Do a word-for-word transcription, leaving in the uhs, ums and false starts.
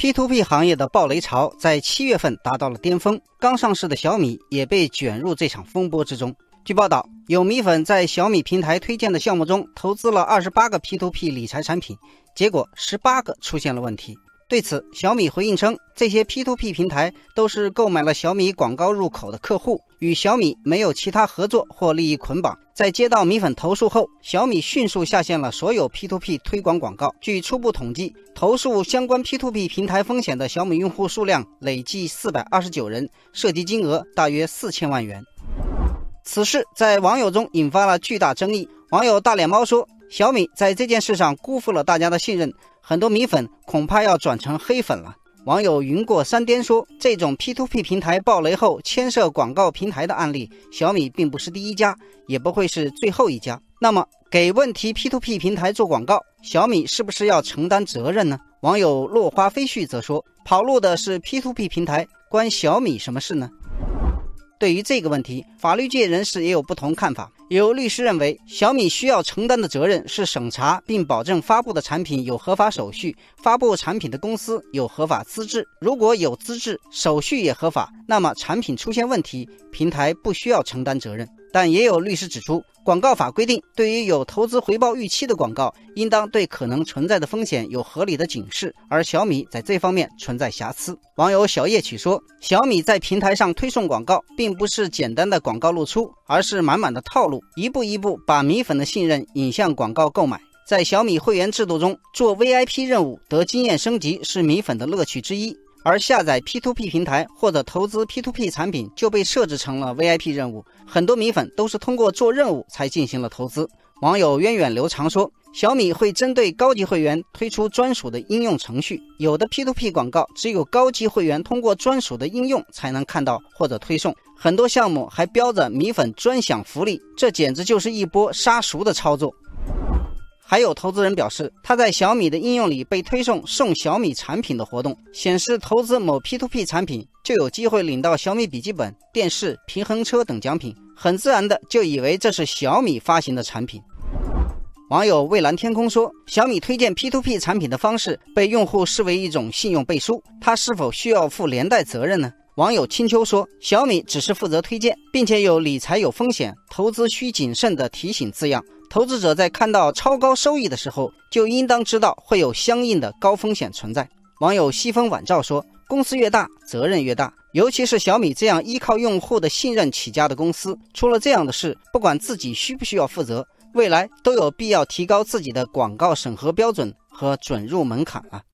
P to P 行业的暴雷潮在七月份达到了巅峰，刚上市的小米也被卷入这场风波之中。据报道，有米粉在小米平台推荐的项目中投资了二十八个 P to P 理财产品，结果十八个出现了问题。对此，小米回应称，这些 P to P 平台都是购买了小米广告入口的客户，与小米没有其他合作或利益捆绑。在接到米粉投诉后，小米迅速下线了所有 P to P 推广广告。据初步统计，投诉相关 P to P 平台风险的小米用户数量累计四百二十九人，涉及金额大约四千万元。此事在网友中引发了巨大争议。网友大脸猫说，小米在这件事上辜负了大家的信任，很多米粉恐怕要转成黑粉了。网友云过山巅说，这种 P to P 平台爆雷后牵涉广告平台的案例，小米并不是第一家，也不会是最后一家。那么给问题 P to P 平台做广告，小米是不是要承担责任呢？网友落花飞絮则说，跑路的是 P to P 平台，关小米什么事呢？对于这个问题，法律界人士也有不同看法。有律师认为，小米需要承担的责任是审查并保证发布的产品有合法手续，发布产品的公司有合法资质。如果有资质，手续也合法，那么产品出现问题，平台不需要承担责任。但也有律师指出，广告法规定，对于有投资回报预期的广告，应当对可能存在的风险有合理的警示，而小米在这方面存在瑕疵。网友小夜曲说，小米在平台上推送广告，并不是简单的广告露出，而是满满的套路，一步一步把米粉的信任引向广告购买。在小米会员制度中，做 V I P 任务得经验升级是米粉的乐趣之一，而下载 P to P 平台或者投资 P to P 产品就被设置成了 V I P 任务，很多米粉都是通过做任务才进行了投资。网友源远流长说，小米会针对高级会员推出专属的应用程序，有的 P to P 广告只有高级会员通过专属的应用才能看到或者推送，很多项目还标着米粉专享福利，这简直就是一波杀熟的操作。还有投资人表示，他在小米的应用里被推送送小米产品的活动，显示投资某 P to P 产品就有机会领到小米笔记本、电视、平衡车等奖品，很自然的就以为这是小米发行的产品。网友蔚蓝天空说，小米推荐 P to P 产品的方式被用户视为一种信用背书，他是否需要负连带责任呢？网友青秋说，小米只是负责推荐，并且有理财有风险，投资需谨慎的提醒字样，投资者在看到超高收益的时候，就应当知道会有相应的高风险存在。网友西风晚照说，公司越大，责任越大，尤其是小米这样依靠用户的信任起家的公司，出了这样的事，不管自己需不需要负责，未来都有必要提高自己的广告审核标准和准入门槛了。